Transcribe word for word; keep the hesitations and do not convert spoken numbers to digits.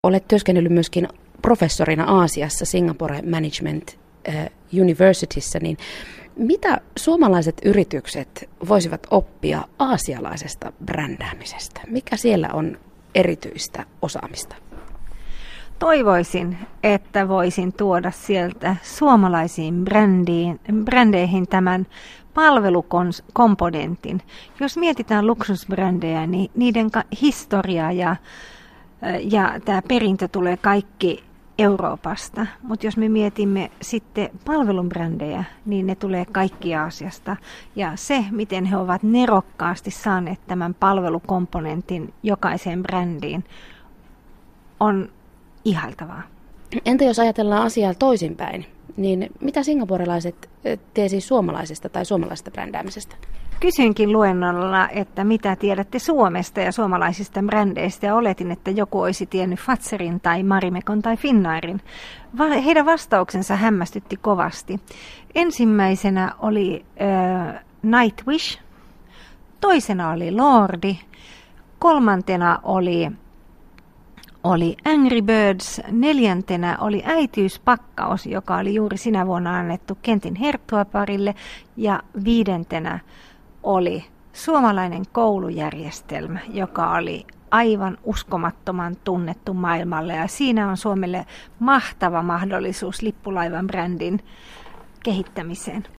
Olet työskennellyt myöskin professorina Aasiassa Singapore Management Universityssä, niin mitä suomalaiset yritykset voisivat oppia aasialaisesta brändäämisestä? Mikä siellä on erityistä osaamista? Toivoisin, että voisin tuoda sieltä suomalaisiin brändiin, brändeihin tämän palvelukomponentin. Jos mietitään luksusbrändejä, niin niiden historia ja, ja tämä perintö tulee kaikki Euroopasta. Mutta jos me mietimme sitten palvelubrändejä, niin ne tulee kaikki Aasiasta. Ja se, miten he ovat nerokkaasti saaneet tämän palvelukomponentin jokaiseen brändiin, on ihailtavaa. Entä jos ajatellaan asiaa toisinpäin, niin mitä singaporelaiset tiesi suomalaisesta tai suomalaisesta brändäämisestä? Kysyinkin luennolla, että mitä tiedätte Suomesta ja suomalaisista brändeistä, ja oletin, että joku olisi tiennyt Fazerin tai Marimekon tai Finnairin. Heidän vastauksensa hämmästytti kovasti. Ensimmäisenä oli äh, Nightwish, toisena oli Lordi, kolmantena oli oli Angry Birds, neljäntenä oli äitiyspakkaus, joka oli juuri sinä vuonna annettu Kentin Herttuaparille, ja viidentenä oli suomalainen koulujärjestelmä, joka oli aivan uskomattoman tunnettu maailmalle, ja siinä on Suomelle mahtava mahdollisuus lippulaivan brändin kehittämiseen.